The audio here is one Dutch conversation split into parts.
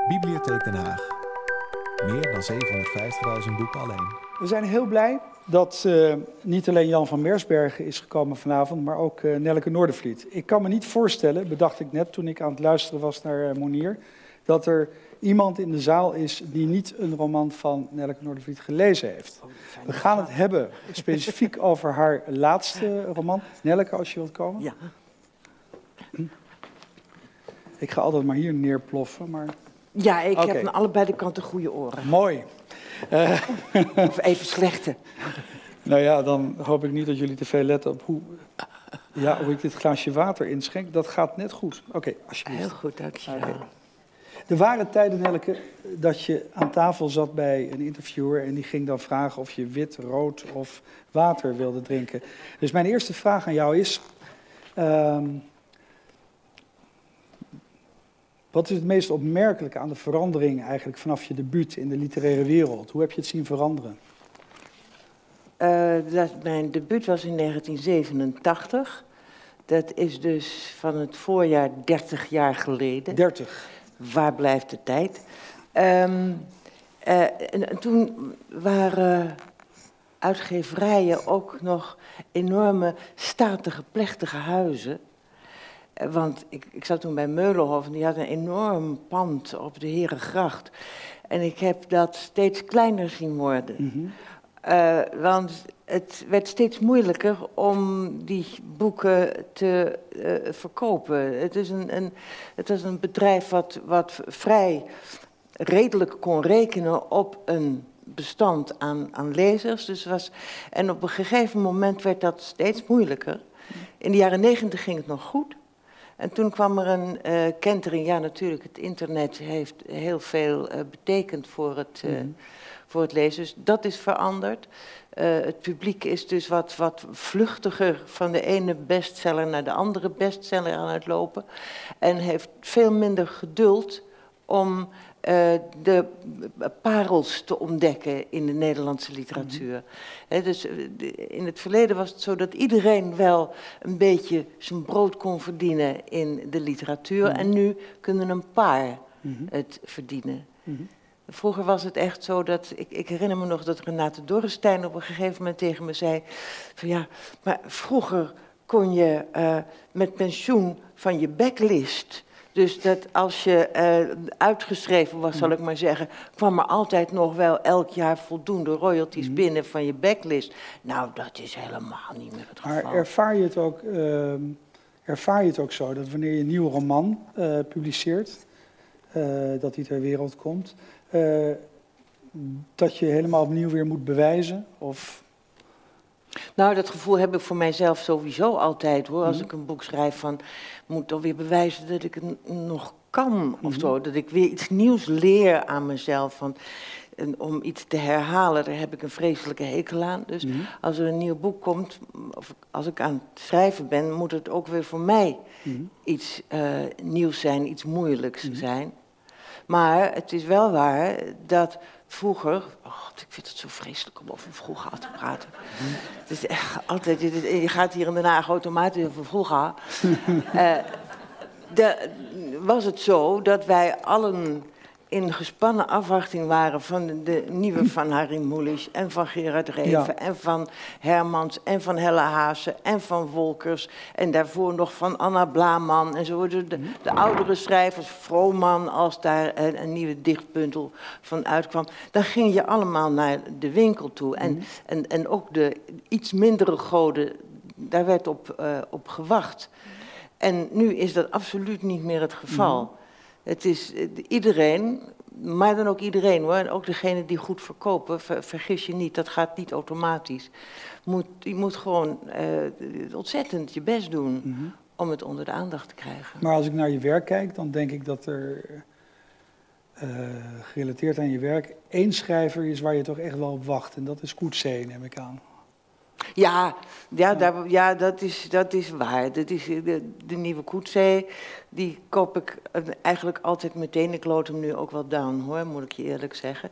Bibliotheek Den Haag. Meer dan 750.000 boeken alleen. We zijn heel blij dat niet alleen Jan van Mersbergen is gekomen vanavond, maar ook Nelleke Noordervliet. Ik kan me niet voorstellen, bedacht ik net toen ik aan het luisteren was naar Monier, dat er iemand in de zaal is die niet een roman van Nelleke Noordervliet gelezen heeft. We gaan het hebben specifiek over haar laatste roman. Nelleke, als je wilt komen. Ja. Ik ga altijd maar hier neerploffen, maar... Ja, ik heb aan allebei de kanten goede oren. Mooi. Of even slechte. Nou ja, dan hoop ik niet dat jullie te veel letten op hoe ik dit glaasje water inschenk. Dat gaat net goed. Oké, alsjeblieft. Heel goed, dankjewel. Okay. Er waren tijden, Nelleke, dat je aan tafel zat bij een interviewer en die ging dan vragen of je wit, rood of water wilde drinken. Dus mijn eerste vraag aan jou is... wat is het meest opmerkelijke aan de verandering eigenlijk vanaf je debuut in de literaire wereld? Hoe heb je het zien veranderen? Mijn debuut was in 1987. Dat is dus van het voorjaar 30 jaar geleden. 30. Waar blijft de tijd? En toen waren uitgeverijen ook nog enorme statige, plechtige huizen. Want ik zat toen bij Meulenhof en die had een enorm pand op de Herengracht. En ik heb dat steeds kleiner zien worden. Mm-hmm. Want het werd steeds moeilijker om die boeken te verkopen. Het was een bedrijf wat vrij redelijk kon rekenen op een bestand aan lezers. En op een gegeven moment werd dat steeds moeilijker. In de jaren 90 ging het nog goed. En toen kwam er een kentering. Ja, natuurlijk, het internet heeft heel veel betekend voor het lezen. Dus dat is veranderd. Het publiek is dus wat vluchtiger van de ene bestseller naar de andere bestseller aan het lopen. En heeft veel minder geduld om de parels te ontdekken in de Nederlandse literatuur. Dus in het verleden was het zo dat iedereen wel een beetje zijn brood kon verdienen in de literatuur. En nu kunnen een paar het verdienen. Vroeger was het echt zo dat, ik herinner me nog dat Renate Dorrestein op een gegeven moment tegen me zei, van ja, maar vroeger kon je met pensioen van je backlist... Dus dat als je uitgeschreven was, zal ik maar zeggen, kwam er altijd nog wel elk jaar voldoende royalties binnen van je backlist. Nou, dat is helemaal niet meer het geval. Maar ervaar je het ook zo dat wanneer je een nieuwe roman publiceert, dat die ter wereld komt, dat je helemaal opnieuw weer moet bewijzen? Of... Nou, dat gevoel heb ik voor mijzelf sowieso altijd, hoor. Als ik een boek schrijf van, moet dan weer bewijzen dat ik het nog kan, of zo. Dat ik weer iets nieuws leer aan mezelf. En om iets te herhalen, daar heb ik een vreselijke hekel aan. Dus als er een nieuw boek komt, of als ik aan het schrijven ben, moet het ook weer voor mij iets nieuws zijn, iets moeilijks zijn. Maar het is wel waar dat vroeger... ik vind het zo vreselijk om over vroeger te praten. Het is echt altijd... Je gaat hier in Den Haag automatisch over vroeger. Was het zo dat wij allen in gespannen afwachting waren van de nieuwe van Harry Mulisch en van Gerard Reven en van Hermans en van Helle Haase en van Wolkers en daarvoor nog van Anna Blaman en zo. De oudere schrijvers, Vrooman, als daar een nieuwe dichtbundel van uitkwam, dan ging je allemaal naar de winkel toe. En ook de iets mindere goden, daar werd op gewacht. En nu is dat absoluut niet meer het geval. Het is iedereen, maar dan ook iedereen hoor, en ook degene die goed verkopen, vergis je niet, dat gaat niet automatisch. Je moet gewoon ontzettend je best doen om het onder de aandacht te krijgen. Maar als ik naar je werk kijk, dan denk ik dat er gerelateerd aan je werk één schrijver is waar je toch echt wel op wacht. En dat is Coetzee, neem ik aan. Ja, dat is waar. Dat is de nieuwe Coetzee, die koop ik eigenlijk altijd meteen. Ik lood hem nu ook wel down, hoor, moet ik je eerlijk zeggen.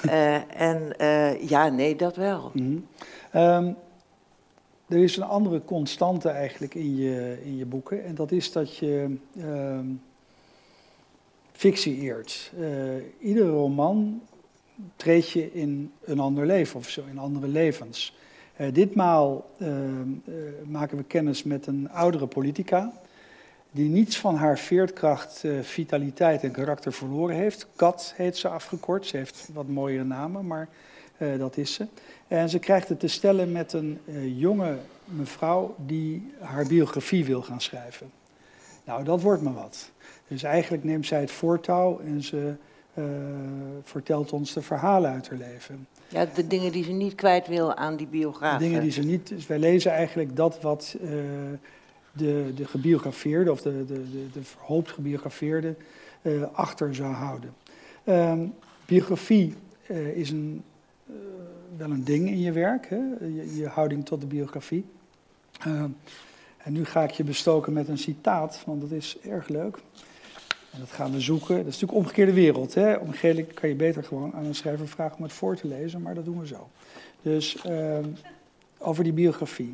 Ja. Nee, dat wel. Er is een andere constante eigenlijk in je boeken. En dat is dat je fictie eert. Iedere roman treed je in een ander leven of zo, in andere levens. Ditmaal maken we kennis met een oudere politica die niets van haar veerkracht, vitaliteit en karakter verloren heeft. Kat heet ze afgekort, ze heeft wat mooiere namen, maar dat is ze. En ze krijgt het te stellen met een jonge mevrouw die haar biografie wil gaan schrijven. Nou, dat wordt me wat. Dus eigenlijk neemt zij het voortouw en ze vertelt ons de verhalen uit haar leven. Ja, de dingen die ze niet kwijt wil aan die biografen. De dingen die ze niet... Dus wij lezen eigenlijk dat wat de gebiografeerde of de verhoopt gebiografeerde achter zou houden. Biografie is wel een ding in je werk, hè? Je houding tot de biografie. En nu ga ik je bestoken met een citaat, want dat is erg leuk. En dat gaan we zoeken. Dat is natuurlijk omgekeerde wereld. Hè? Omgekeerd kan je beter gewoon aan een schrijver vragen om het voor te lezen, maar dat doen we zo. Dus over die biografie.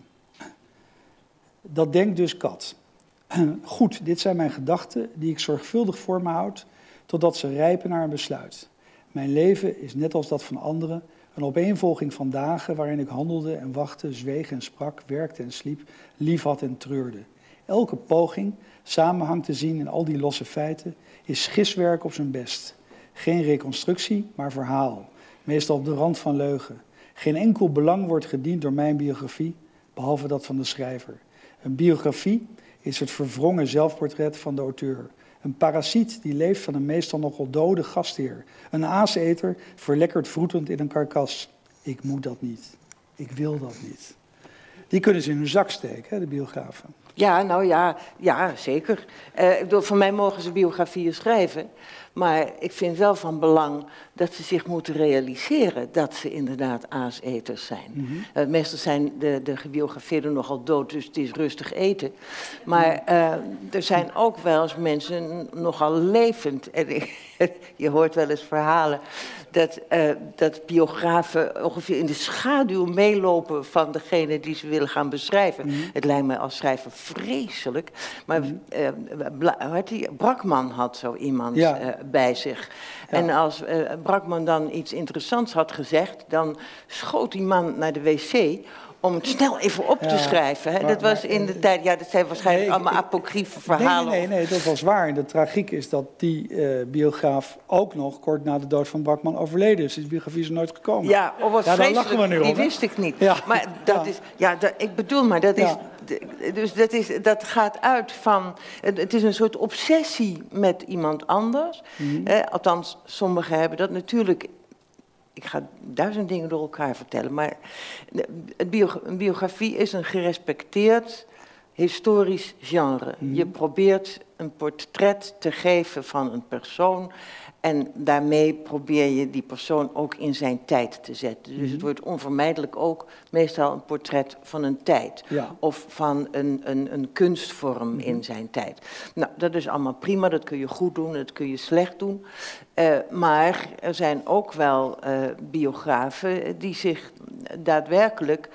Dat denkt dus Kat. Goed, dit zijn mijn gedachten die ik zorgvuldig voor me houd, totdat ze rijpen naar een besluit. Mijn leven is net als dat van anderen, een opeenvolging van dagen waarin ik handelde en wachtte, zweeg en sprak, werkte en sliep, liefhad en treurde. Elke poging samenhang te zien in al die losse feiten is giswerk op zijn best. Geen reconstructie, maar verhaal, meestal op de rand van leugen. Geen enkel belang wordt gediend door mijn biografie, behalve dat van de schrijver. Een biografie is het verwrongen zelfportret van de auteur. Een parasiet die leeft van een meestal nogal dode gastheer. Een aaseter verlekkerd vroetend in een karkas. Ik moet dat niet. Ik wil dat niet. Die kunnen ze in hun zak steken, hè, de biografen. Ja, nou ja, zeker. Voor mij mogen ze biografieën schrijven. Maar ik vind wel van belang dat ze zich moeten realiseren dat ze inderdaad aaseters zijn. Mm-hmm. Meestal zijn de gebiografeerden nogal dood, dus het is rustig eten. Maar er zijn ook wel eens mensen nogal levend. En je hoort wel eens verhalen dat biografen ongeveer in de schaduw meelopen van degene die ze willen gaan beschrijven. Mm-hmm. Het lijkt mij als schrijver vreselijk. Maar Brakman had zo iemand bij zich. Ja. En als Brakman dan iets interessants had gezegd, dan schoot die man naar de wc om het snel even op te schrijven. Hè? Dat was in de tijd, dat zijn waarschijnlijk allemaal apocryfe verhalen. Nee, dat was waar. En de tragiek is dat die biograaf ook nog kort na de dood van Brakman overleden is. Dus die biografie is er nooit gekomen. Ja, wat daar lachen we nu die om, wist ik niet. Ja. Maar dat is, ik bedoel maar, dat is... Dus dat gaat uit van... Het is een soort obsessie met iemand anders. Mm-hmm. Althans, sommigen hebben dat natuurlijk... Ik ga 1000 dingen door elkaar vertellen, maar een biografie is een gerespecteerd historisch genre. Mm-hmm. Je probeert een portret te geven van een persoon en daarmee probeer je die persoon ook in zijn tijd te zetten. Dus het wordt onvermijdelijk ook meestal een portret van een tijd. Ja. Of van een kunstvorm in zijn tijd. Nou, dat is allemaal prima, dat kun je goed doen, dat kun je slecht doen. Maar er zijn ook wel biografen die zich daadwerkelijk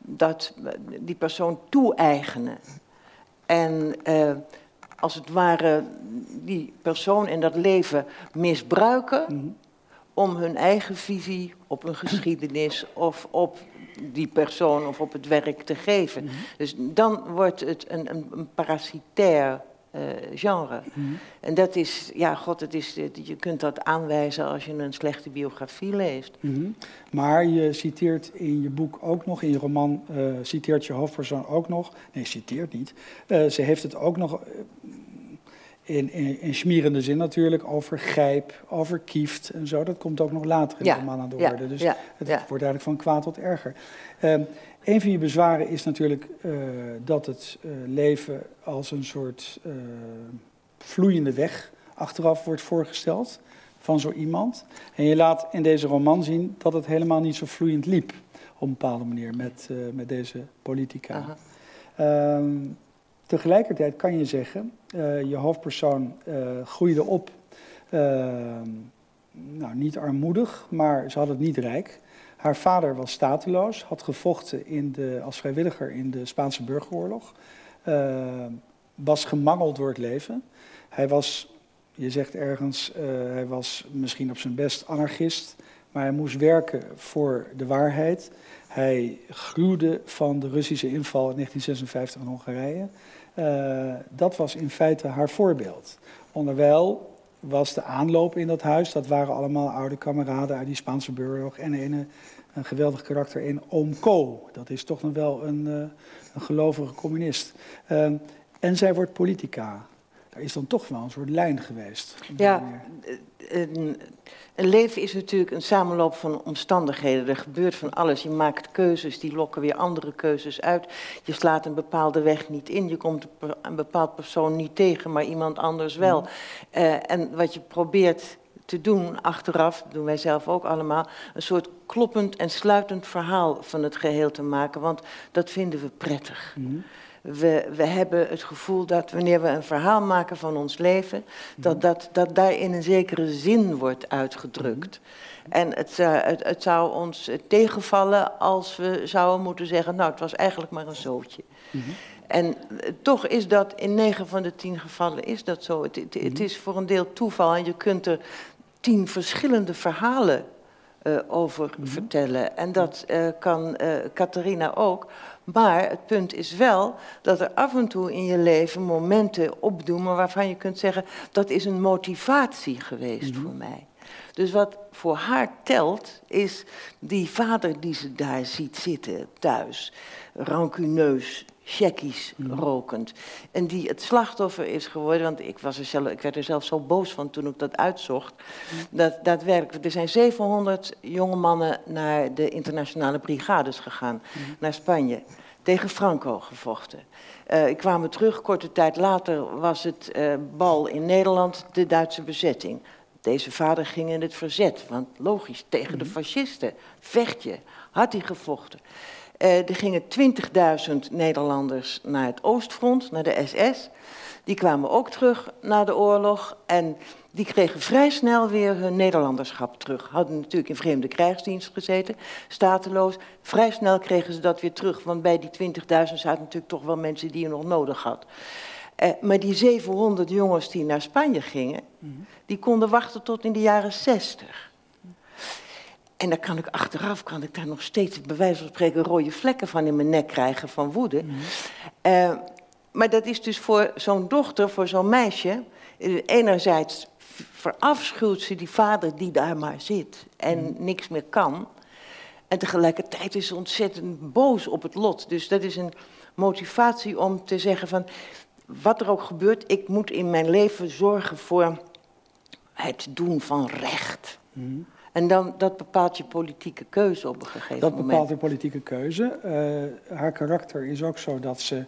die persoon toe-eigenen. En als het ware die persoon en dat leven misbruiken om hun eigen visie op een geschiedenis of op die persoon of op het werk te geven. Dus dan wordt het een parasitair genre. En dat is, je kunt dat aanwijzen als je een slechte biografie leest. Maar je citeert in je boek ook nog, in je roman citeert je hoofdpersoon ook nog, nee, citeert niet, ze heeft het ook nog in smerende zin natuurlijk over Gijp, over Kieft en zo. Dat komt ook nog later in de roman aan de orde. Dus het wordt eigenlijk van kwaad tot erger. Een van je bezwaren is natuurlijk dat het leven als een soort vloeiende weg achteraf wordt voorgesteld van zo iemand. En je laat in deze roman zien dat het helemaal niet zo vloeiend liep op een bepaalde manier met deze politica. Tegelijkertijd kan je zeggen, je hoofdpersoon groeide op, niet armoedig, maar ze had het niet rijk. Haar vader was stateloos, had gevochten als vrijwilliger in de Spaanse burgeroorlog. Was gemangeld door het leven. Hij was Je zegt ergens, hij was misschien op zijn best anarchist, maar hij moest werken voor de waarheid. Hij gruwde van de Russische inval in 1956 in Hongarije. Dat was in feite haar voorbeeld. Onderwijl was de aanloop in dat huis, dat waren allemaal oude kameraden uit die Spaanse burgeroorlog en een geweldig karakter in Oom Ko. Dat is toch nog wel een gelovige communist. En zij wordt politica. Daar is dan toch wel een soort lijn geweest. Ja, een leven is natuurlijk een samenloop van omstandigheden. Er gebeurt van alles. Je maakt keuzes, die lokken weer andere keuzes uit. Je slaat een bepaalde weg niet in. Je komt een bepaald persoon niet tegen, maar iemand anders wel. En wat je probeert te doen achteraf, dat doen wij zelf ook allemaal, een soort kloppend en sluitend verhaal van het geheel te maken. Want dat vinden we prettig. We hebben het gevoel dat wanneer we een verhaal maken van ons leven, dat daarin een zekere zin wordt uitgedrukt. En het zou ons tegenvallen als we zouden moeten zeggen, nou, het was eigenlijk maar een zootje. En toch is dat in 9 van de 10 gevallen is dat zo. Het is voor een deel toeval en je kunt er 10 verschillende verhalen over vertellen. En dat kan Catharina ook. Maar het punt is wel dat er af en toe in je leven momenten opdoemen waarvan je kunt zeggen, dat is een motivatie geweest voor mij. Dus wat voor haar telt, is die vader die ze daar ziet zitten thuis, rancuneus, checkies rokend. En die het slachtoffer is geworden, want ik werd er zelf zo boos van toen ik dat uitzocht. Dat daadwerkelijk, er zijn 700 jonge mannen naar de internationale brigades gegaan, naar Spanje. Tegen Franco gevochten. Ik kwam terug, korte tijd later was het bal in Nederland, de Duitse bezetting. Deze vader ging in het verzet, want logisch, tegen de fascisten, vecht je, had hij gevochten. Er gingen 20.000 Nederlanders naar het Oostfront, naar de SS. Die kwamen ook terug na de oorlog en die kregen vrij snel weer hun Nederlanderschap terug. Hadden natuurlijk in vreemde krijgsdienst gezeten, stateloos. Vrij snel kregen ze dat weer terug, want bij die 20.000 zaten natuurlijk toch wel mensen die je nog nodig had. Maar die 700 jongens die naar Spanje gingen, die konden wachten tot in de jaren 60. En dan kan ik achteraf daar nog steeds bij wijze van spreken rode vlekken van in mijn nek krijgen van woede. Maar dat is dus voor zo'n dochter, voor zo'n meisje, enerzijds verafschuwt ze die vader die daar maar zit en niks meer kan. En tegelijkertijd is ze ontzettend boos op het lot. Dus dat is een motivatie om te zeggen van, wat er ook gebeurt, ik moet in mijn leven zorgen voor het doen van recht. En dan, dat bepaalt je politieke keuze op een gegeven moment. Dat bepaalt je politieke keuze. Haar karakter is ook zo dat ze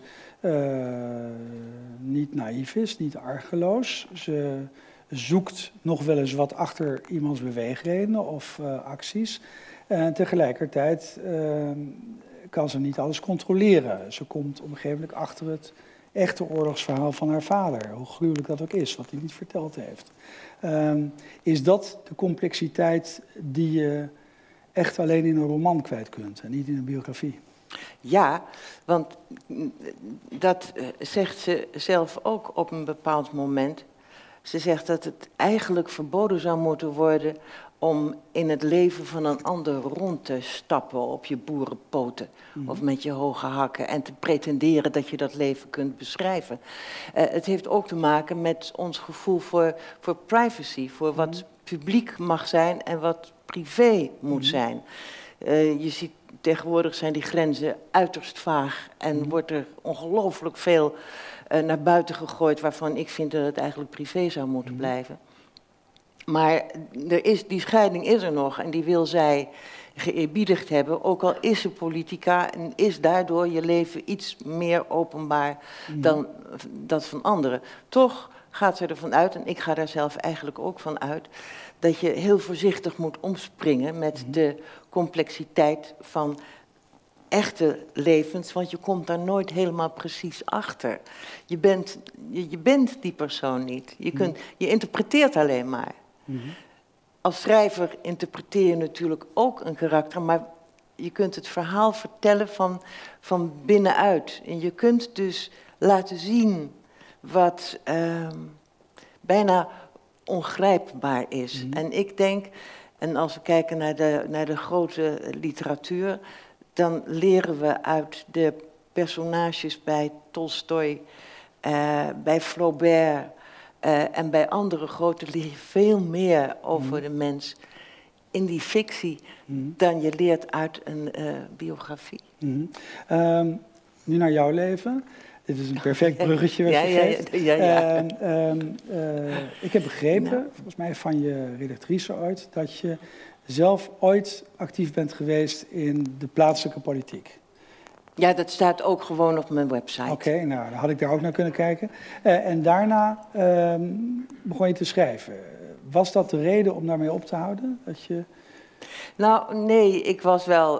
niet naïef is, niet argeloos. Ze zoekt nog wel eens wat achter iemands beweegredenen of acties. En tegelijkertijd kan ze niet alles controleren. Ze komt op een gegeven moment achter het echte oorlogsverhaal van haar vader. Hoe gruwelijk dat ook is, wat hij niet verteld heeft. Is dat de complexiteit die je echt alleen in een roman kwijt kunt en niet in een biografie? Ja, want dat zegt ze zelf ook op een bepaald moment. Ze zegt dat het eigenlijk verboden zou moeten worden om in het leven van een ander rond te stappen op je boerenpoten of met je hoge hakken en te pretenderen dat je dat leven kunt beschrijven. Het heeft ook te maken met ons gevoel voor privacy, voor wat publiek mag zijn en wat privé moet zijn. Je ziet, tegenwoordig zijn die grenzen uiterst vaag en wordt er ongelooflijk veel naar buiten gegooid waarvan ik vind dat het eigenlijk privé zou moeten blijven. Maar die scheiding is er nog en die wil zij geëerbiedigd hebben, ook al is ze politica en is daardoor je leven iets meer openbaar dan dat van anderen. Toch gaat ze ervan uit, en ik ga daar zelf eigenlijk ook van uit, dat je heel voorzichtig moet omspringen met de complexiteit van echte levens, want je komt daar nooit helemaal precies achter. Je bent die persoon niet. Je interpreteert alleen maar. Als schrijver interpreteer je natuurlijk ook een karakter, maar je kunt het verhaal vertellen van binnenuit. En je kunt dus laten zien wat bijna ongrijpbaar is. En ik denk, en als we kijken naar de grote literatuur, dan leren we uit de personages bij Tolstoj, bij Flaubert en bij andere grote leer je veel meer over de mens in die fictie dan je leert uit een biografie. Nu naar jouw leven. Dit is een perfect bruggetje wat je geeft. Ik heb begrepen, volgens mij van je redactrice ooit, dat je zelf ooit actief bent geweest in de plaatselijke politiek. Ja, dat staat ook gewoon op mijn website. Oké, nou, dan had ik daar ook naar kunnen kijken. En daarna begon je te schrijven. Was dat de reden om daarmee op te houden? Dat je... Nou, nee, ik was wel...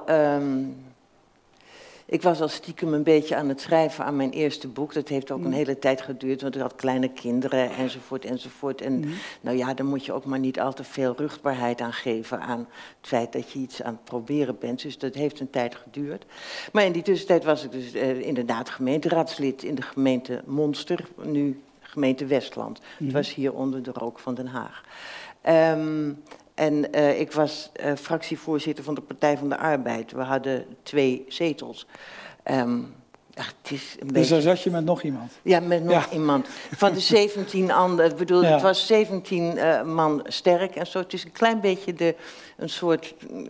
Ik was al stiekem een beetje aan het schrijven aan mijn eerste boek. Dat heeft ook een hele tijd geduurd, want ik had kleine kinderen enzovoort enzovoort. En nou ja, daar moet je ook maar niet al te veel rugbaarheid aan geven aan het feit dat je iets aan het proberen bent. Dus dat heeft een tijd geduurd. Maar in die tussentijd was ik dus inderdaad gemeenteraadslid in de gemeente Monster, nu gemeente Westland. Het was hier onder de rook van Den Haag. En ik was fractievoorzitter van de Partij van de Arbeid. We hadden 2 zetels. Het is een dus daar zat je met nog iemand? Ja, met nog iemand. Van de 17 anderen. Ik bedoel, het was 17 man sterk en zo. Het is een klein beetje een soort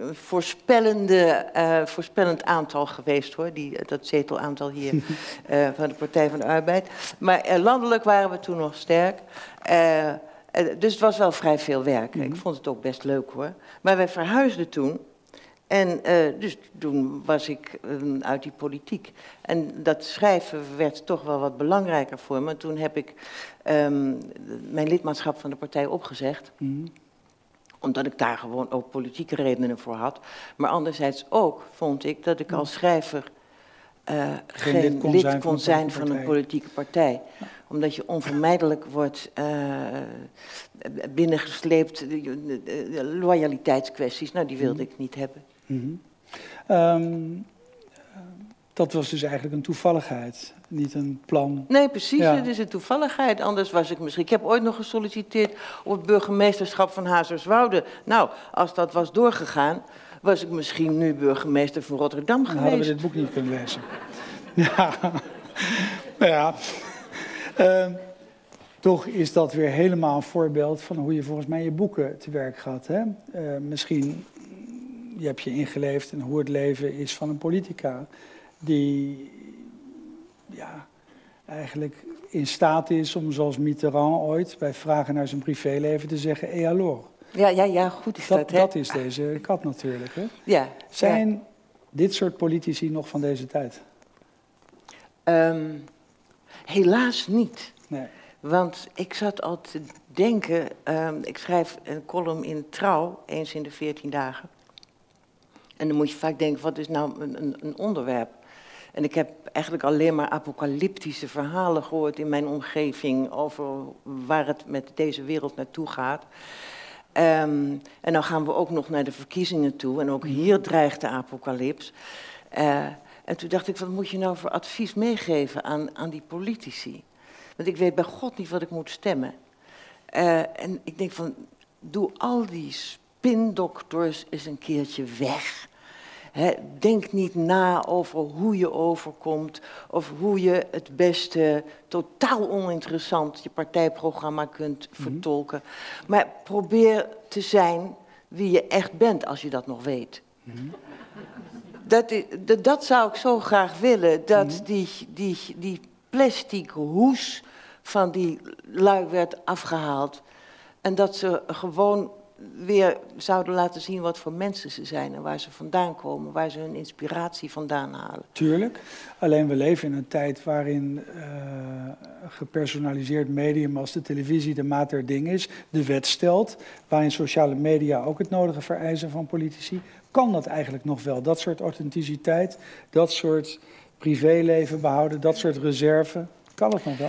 voorspellend aantal geweest, hoor. Dat zetelaantal hier van de Partij van de Arbeid. Maar landelijk waren we toen nog sterk. Dus het was wel vrij veel werk. Ik vond het ook best leuk, hoor. Maar wij verhuisden toen. En dus toen was ik uit die politiek. En dat schrijven werd toch wel wat belangrijker voor me. Toen heb ik mijn lidmaatschap van de partij opgezegd. Omdat ik daar gewoon ook politieke redenen voor had. Maar anderzijds ook vond ik dat ik als schrijver geen lid kon zijn van een politieke partij. Omdat je onvermijdelijk wordt binnengesleept. Loyaliteitskwesties, nou die wilde ik niet hebben. Dat was dus eigenlijk een toevalligheid, niet een plan. Nee, precies, het is een toevalligheid. Anders was ik misschien... Ik heb ooit nog gesolliciteerd op het burgemeesterschap van Hazerswoude. Nou, als dat was doorgegaan, was ik misschien nu burgemeester van Rotterdam geweest. Dan hadden we dit boek niet kunnen lezen. Toch is dat weer helemaal een voorbeeld van hoe je volgens mij je boeken te werk gaat. Hè? Misschien je hebt je ingeleefd in hoe het leven is van een politica die eigenlijk in staat is om, zoals Mitterrand ooit bij vragen naar zijn privéleven te zeggen, et alors? Ja, goed is dat, hè? Dat is deze kat natuurlijk, hè? Ja. Zijn dit soort politici nog van deze tijd? Helaas niet. Nee. Want ik zat al te denken, ik schrijf een column in Trouw, eens in de 14 dagen. En dan moet je vaak denken, wat is nou een onderwerp? En ik heb eigenlijk alleen maar apocalyptische verhalen gehoord in mijn omgeving over waar het met deze wereld naartoe gaat. En dan gaan we ook nog naar de verkiezingen toe en ook hier dreigt de apocalyps. En toen dacht ik, wat moet je nou voor advies meegeven aan die politici? Want ik weet bij God niet wat ik moet stemmen. En ik denk van, doe al die spindokters eens een keertje weg. Denk niet na over hoe je overkomt of hoe je het beste, totaal oninteressant, je partijprogramma kunt vertolken. Maar probeer te zijn wie je echt bent, als je dat nog weet. Dat zou ik zo graag willen, dat die plastic hoes van die lui werd afgehaald. En dat ze gewoon weer zouden laten zien wat voor mensen ze zijn en waar ze vandaan komen, waar ze hun inspiratie vandaan halen. Tuurlijk, alleen we leven in een tijd waarin gepersonaliseerd medium als de televisie de maat der dingen is, de wet stelt, waarin sociale media ook het nodige vereisen van politici. Kan dat eigenlijk nog wel? Dat soort authenticiteit, dat soort privéleven behouden, dat soort reserve, kan het nog wel?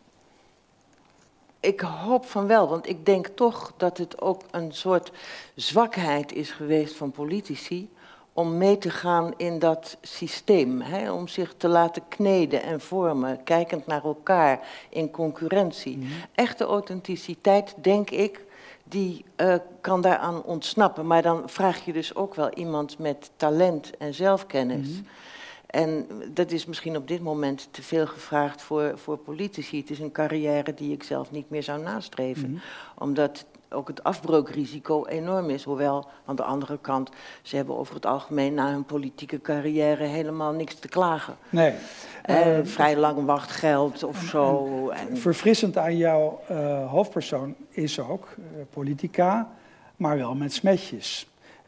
Ik hoop van wel, want ik denk toch dat het ook een soort zwakheid is geweest van politici om mee te gaan in dat systeem. Hè? Om zich te laten kneden en vormen, kijkend naar elkaar in concurrentie. Echte authenticiteit, denk ik, die kan daaraan ontsnappen. Maar dan vraag je dus ook wel iemand met talent en zelfkennis. En dat is misschien op dit moment te veel gevraagd voor politici. Het is een carrière die ik zelf niet meer zou nastreven. Omdat ook het afbreukrisico enorm is. Hoewel, aan de andere kant, ze hebben over het algemeen na hun politieke carrière helemaal niks te klagen. Nee. Vrij lang wachtgeld of zo. Verfrissend aan jouw hoofdpersoon is ook politica, maar wel met smetjes.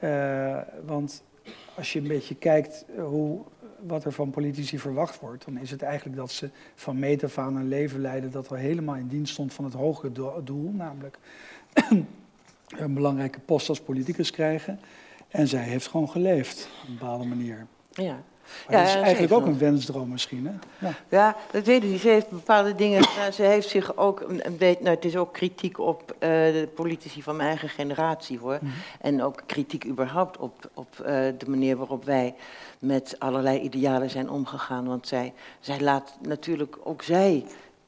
Want als je een beetje kijkt wat er van politici verwacht wordt, dan is het eigenlijk dat ze van meet af aan een leven leiden dat er helemaal in dienst stond van het hogere doel, namelijk een belangrijke post als politicus krijgen. En zij heeft gewoon geleefd, op een bepaalde manier. Ja. Maar dat is eigenlijk ook een wensdroom misschien, hè? Ja, dat weet ik niet. Ze heeft bepaalde dingen gedaan. Ze heeft zich ook een beetje... Nou, het is ook kritiek op de politici van mijn eigen generatie, hoor. En ook kritiek überhaupt op de manier waarop wij met allerlei idealen zijn omgegaan. Want zij laat natuurlijk... Ook zij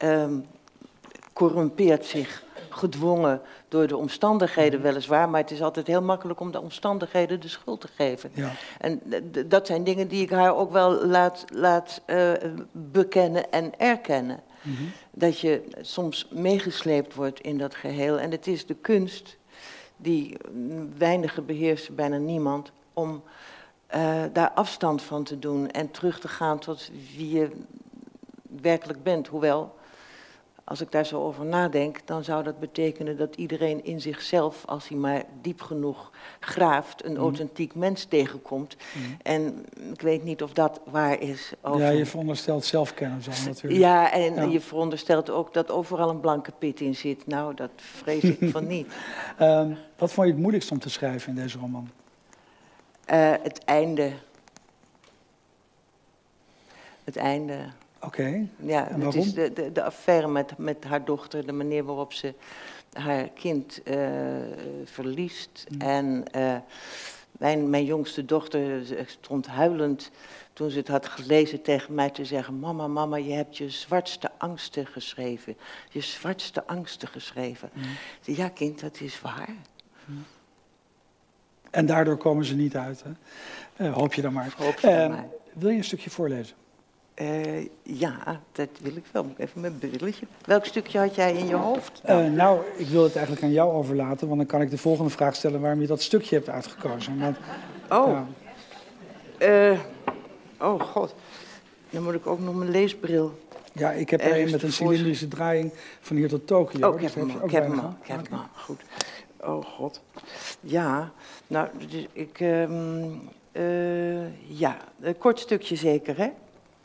corrumpeert zich gedwongen door de omstandigheden weliswaar, maar het is altijd heel makkelijk om de omstandigheden de schuld te geven. Ja. En dat zijn dingen die ik haar ook wel laat bekennen en erkennen. Dat je soms meegesleept wordt in dat geheel. En het is de kunst, die weinigen beheersen, bijna niemand, om daar afstand van te doen en terug te gaan tot wie je werkelijk bent. Hoewel, als ik daar zo over nadenk, dan zou dat betekenen dat iedereen in zichzelf, als hij maar diep genoeg graaft, een authentiek mens tegenkomt. En ik weet niet of dat waar is. Ja, je veronderstelt zelfkennis al natuurlijk. Ja, en je veronderstelt ook dat overal een blanke pit in zit. Nou, dat vrees ik van niet. Wat vond je het moeilijkst om te schrijven in deze roman? Het einde. Het einde. Oké. Ja, het is de affaire met haar dochter, de manier waarop ze haar kind verliest. En mijn jongste dochter stond huilend toen ze het had gelezen tegen mij te zeggen: Mama, je hebt je zwartste angsten geschreven. Je zwartste angsten geschreven. Ja, kind, dat is waar. En daardoor komen ze niet uit, hè? Hoop je dan maar. Wil je een stukje voorlezen? Ja, dat wil ik wel. Even mijn brilletje. Welk stukje had jij in je hoofd? Nou, ik wil het eigenlijk aan jou overlaten, want dan kan ik de volgende vraag stellen waarom je dat stukje hebt uitgekozen. Want, oh god, dan moet ik ook nog mijn leesbril. Ja, ik heb er een met een cilindrische draaiing van hier tot Tokio. Oh, ik heb hem al. Goed. Oh god. Ja, nou, dus ik... ja, een kort stukje zeker, hè?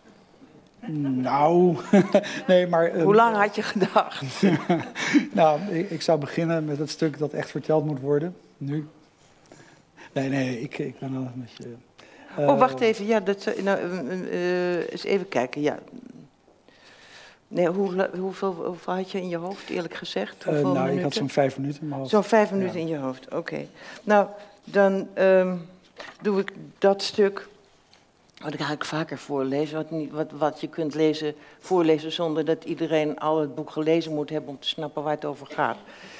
Nou, nee, maar... Hoe lang had je gedacht? Nou, ik zou beginnen met het stuk dat echt verteld moet worden. Nu. Nee, ik ben al met je... wacht even. Ja, eens even kijken. Ja. Nee, hoeveel had je in je hoofd, eerlijk gezegd? Nou, ik had zo'n 5 minuten in mijn hoofd. Zo'n 5 minuten in je hoofd, oké. Nou, dan doe ik dat stuk... Wat ik eigenlijk vaker voorlees, wat je kunt voorlezen zonder dat iedereen al het boek gelezen moet hebben om te snappen waar het over gaat.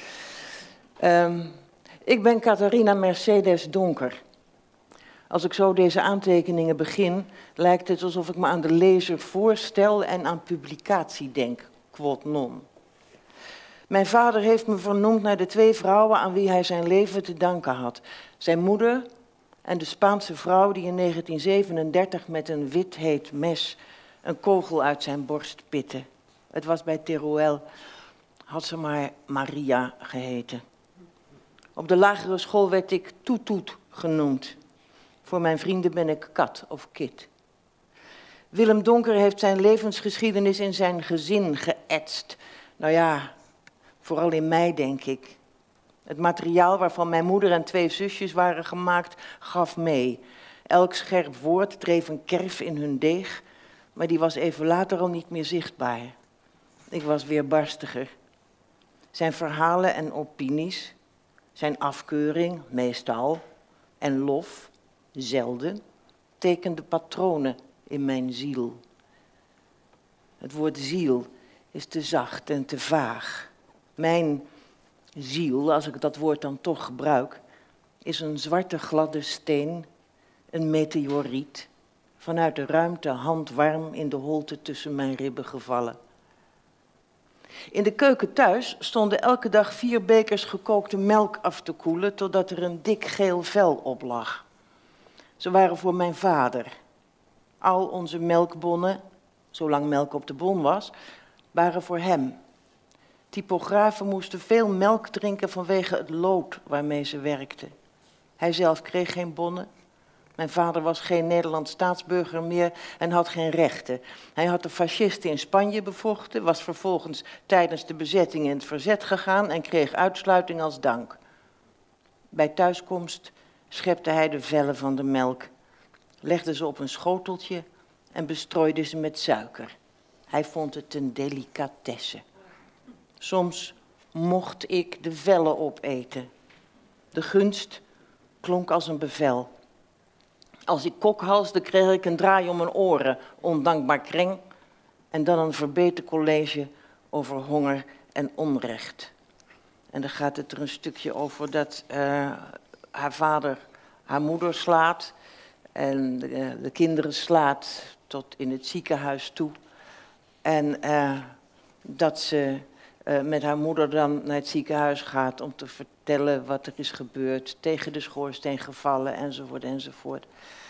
Ik ben Catharina Mercedes Donker. Als ik zo deze aantekeningen begin, lijkt het alsof ik me aan de lezer voorstel en aan publicatie denk, quod non. Mijn vader heeft me vernoemd naar de 2 vrouwen aan wie hij zijn leven te danken had. Zijn moeder... En de Spaanse vrouw die in 1937 met een wit heet mes een kogel uit zijn borst pitte. Het was bij Teruel, had ze maar Maria geheten. Op de lagere school werd ik Toet genoemd. Voor mijn vrienden ben ik Kat of Kit. Willem Donker heeft zijn levensgeschiedenis in zijn gezin geëtst. Nou ja, vooral in mij denk ik. Het materiaal waarvan mijn moeder en 2 zusjes waren gemaakt, gaf mee. Elk scherp woord dreef een kerf in hun deeg, maar die was even later al niet meer zichtbaar. Ik was weerbarstiger. Zijn verhalen en opinies, zijn afkeuring, meestal, en lof, zelden, tekende patronen in mijn ziel. Het woord ziel is te zacht en te vaag. Mijn ziel, als ik dat woord dan toch gebruik, is een zwarte gladde steen, een meteoriet, vanuit de ruimte handwarm in de holte tussen mijn ribben gevallen. In de keuken thuis stonden elke dag 4 bekers gekookte melk af te koelen, totdat er een dik geel vel op lag. Ze waren voor mijn vader. Al onze melkbonnen, zolang melk op de bon was, waren voor hem. Typografen moesten veel melk drinken vanwege het lood waarmee ze werkten. Hij zelf kreeg geen bonnen. Mijn vader was geen Nederlands staatsburger meer en had geen rechten. Hij had de fascisten in Spanje bevochten, was vervolgens tijdens de bezetting in het verzet gegaan en kreeg uitsluiting als dank. Bij thuiskomst schepte hij de vellen van de melk, legde ze op een schoteltje en bestrooide ze met suiker. Hij vond het een delicatesse. Soms mocht ik de vellen opeten. De gunst klonk als een bevel. Als ik kokhalsde, kreeg ik een draai om mijn oren, ondankbaar kreng, en dan een verbeten college over honger en onrecht. En dan gaat het er een stukje over dat haar vader haar moeder slaat en de kinderen slaat tot in het ziekenhuis toe. En dat ze met haar moeder dan naar het ziekenhuis gaat om te vertellen wat er is gebeurd, tegen de schoorsteen gevallen enzovoort enzovoort.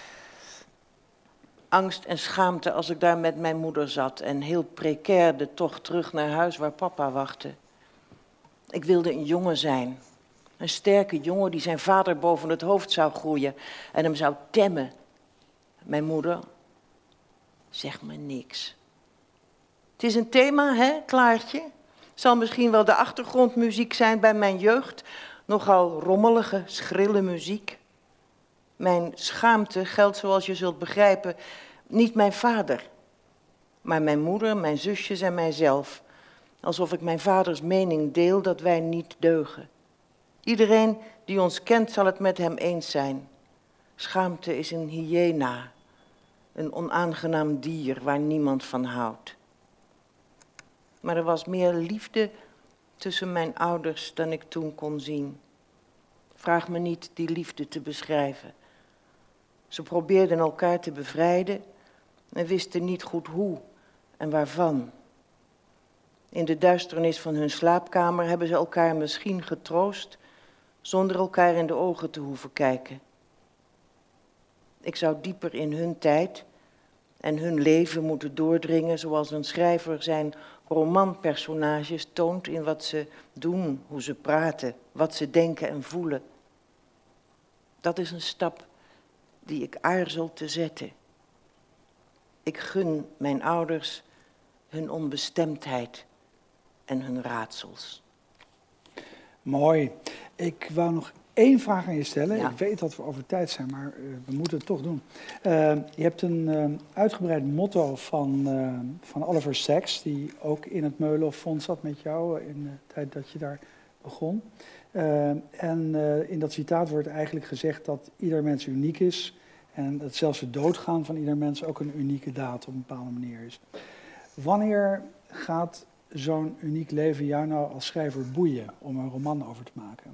Angst en schaamte als ik daar met mijn moeder zat en heel precair de tocht terug naar huis waar papa wachtte. Ik wilde een jongen zijn, een sterke jongen die zijn vader boven het hoofd zou groeien en hem zou temmen. Mijn moeder, zeg me niks. Het is een thema, hè, Klaartje? Zal misschien wel de achtergrondmuziek zijn bij mijn jeugd, nogal rommelige, schrille muziek. Mijn schaamte geldt, zoals je zult begrijpen, niet mijn vader, maar mijn moeder, mijn zusjes en mijzelf. Alsof ik mijn vaders mening deel dat wij niet deugen. Iedereen die ons kent zal het met hem eens zijn. Schaamte is een hyena, een onaangenaam dier waar niemand van houdt. Maar er was meer liefde tussen mijn ouders dan ik toen kon zien. Vraag me niet die liefde te beschrijven. Ze probeerden elkaar te bevrijden en wisten niet goed hoe en waarvan. In de duisternis van hun slaapkamer hebben ze elkaar misschien getroost, zonder elkaar in de ogen te hoeven kijken. Ik zou dieper in hun tijd en hun leven moeten doordringen, zoals een schrijver zijn romanpersonages toont in wat ze doen, hoe ze praten, wat ze denken en voelen. Dat is een stap die ik aarzel te zetten. Ik gun mijn ouders hun onbestemdheid en hun raadsels. Mooi. Ik wou nog 1 vraag aan je stellen. Ja. Ik weet dat we over tijd zijn, maar we moeten het toch doen. Je hebt een uitgebreid motto van Oliver Sacks, die ook in het Meulenhof Fonds zat met jou in de tijd dat je daar begon. In dat citaat wordt eigenlijk gezegd dat ieder mens uniek is en dat zelfs het doodgaan van ieder mens ook een unieke daad op een bepaalde manier is. Wanneer gaat zo'n uniek leven jou nou als schrijver boeien om een roman over te maken?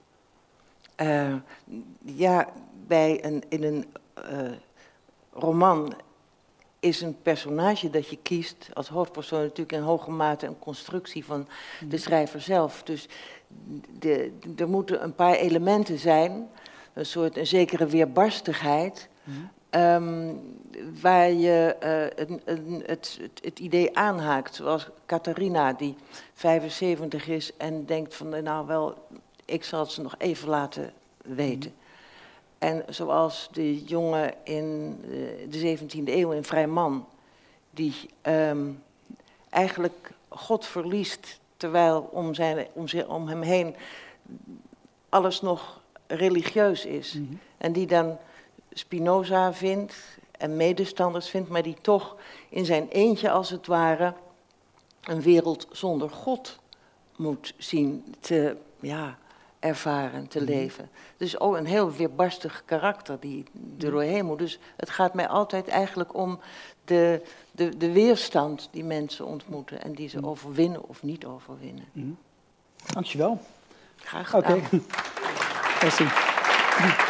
In een roman is een personage dat je kiest als hoofdpersoon natuurlijk in hoge mate een constructie van de schrijver zelf. Dus er moeten een paar elementen zijn, een zekere weerbarstigheid, waar je het idee aanhaakt. Zoals Catharina, die 75 is en denkt van nou wel, ik zal het ze nog even laten weten. En zoals de jongen in de 17e eeuw in Vrijman, die eigenlijk God verliest, terwijl om hem heen alles nog religieus is. Mm-hmm. En die dan Spinoza vindt en medestanders vindt, maar die toch in zijn eentje als het ware een wereld zonder God moet zien te ervaren, te leven. Dus ook een heel weerbarstig karakter die er doorheen moet. Dus het gaat mij altijd eigenlijk om de weerstand die mensen ontmoeten en die ze overwinnen of niet overwinnen. Dankjewel. Graag gedaan. Oké. Merci.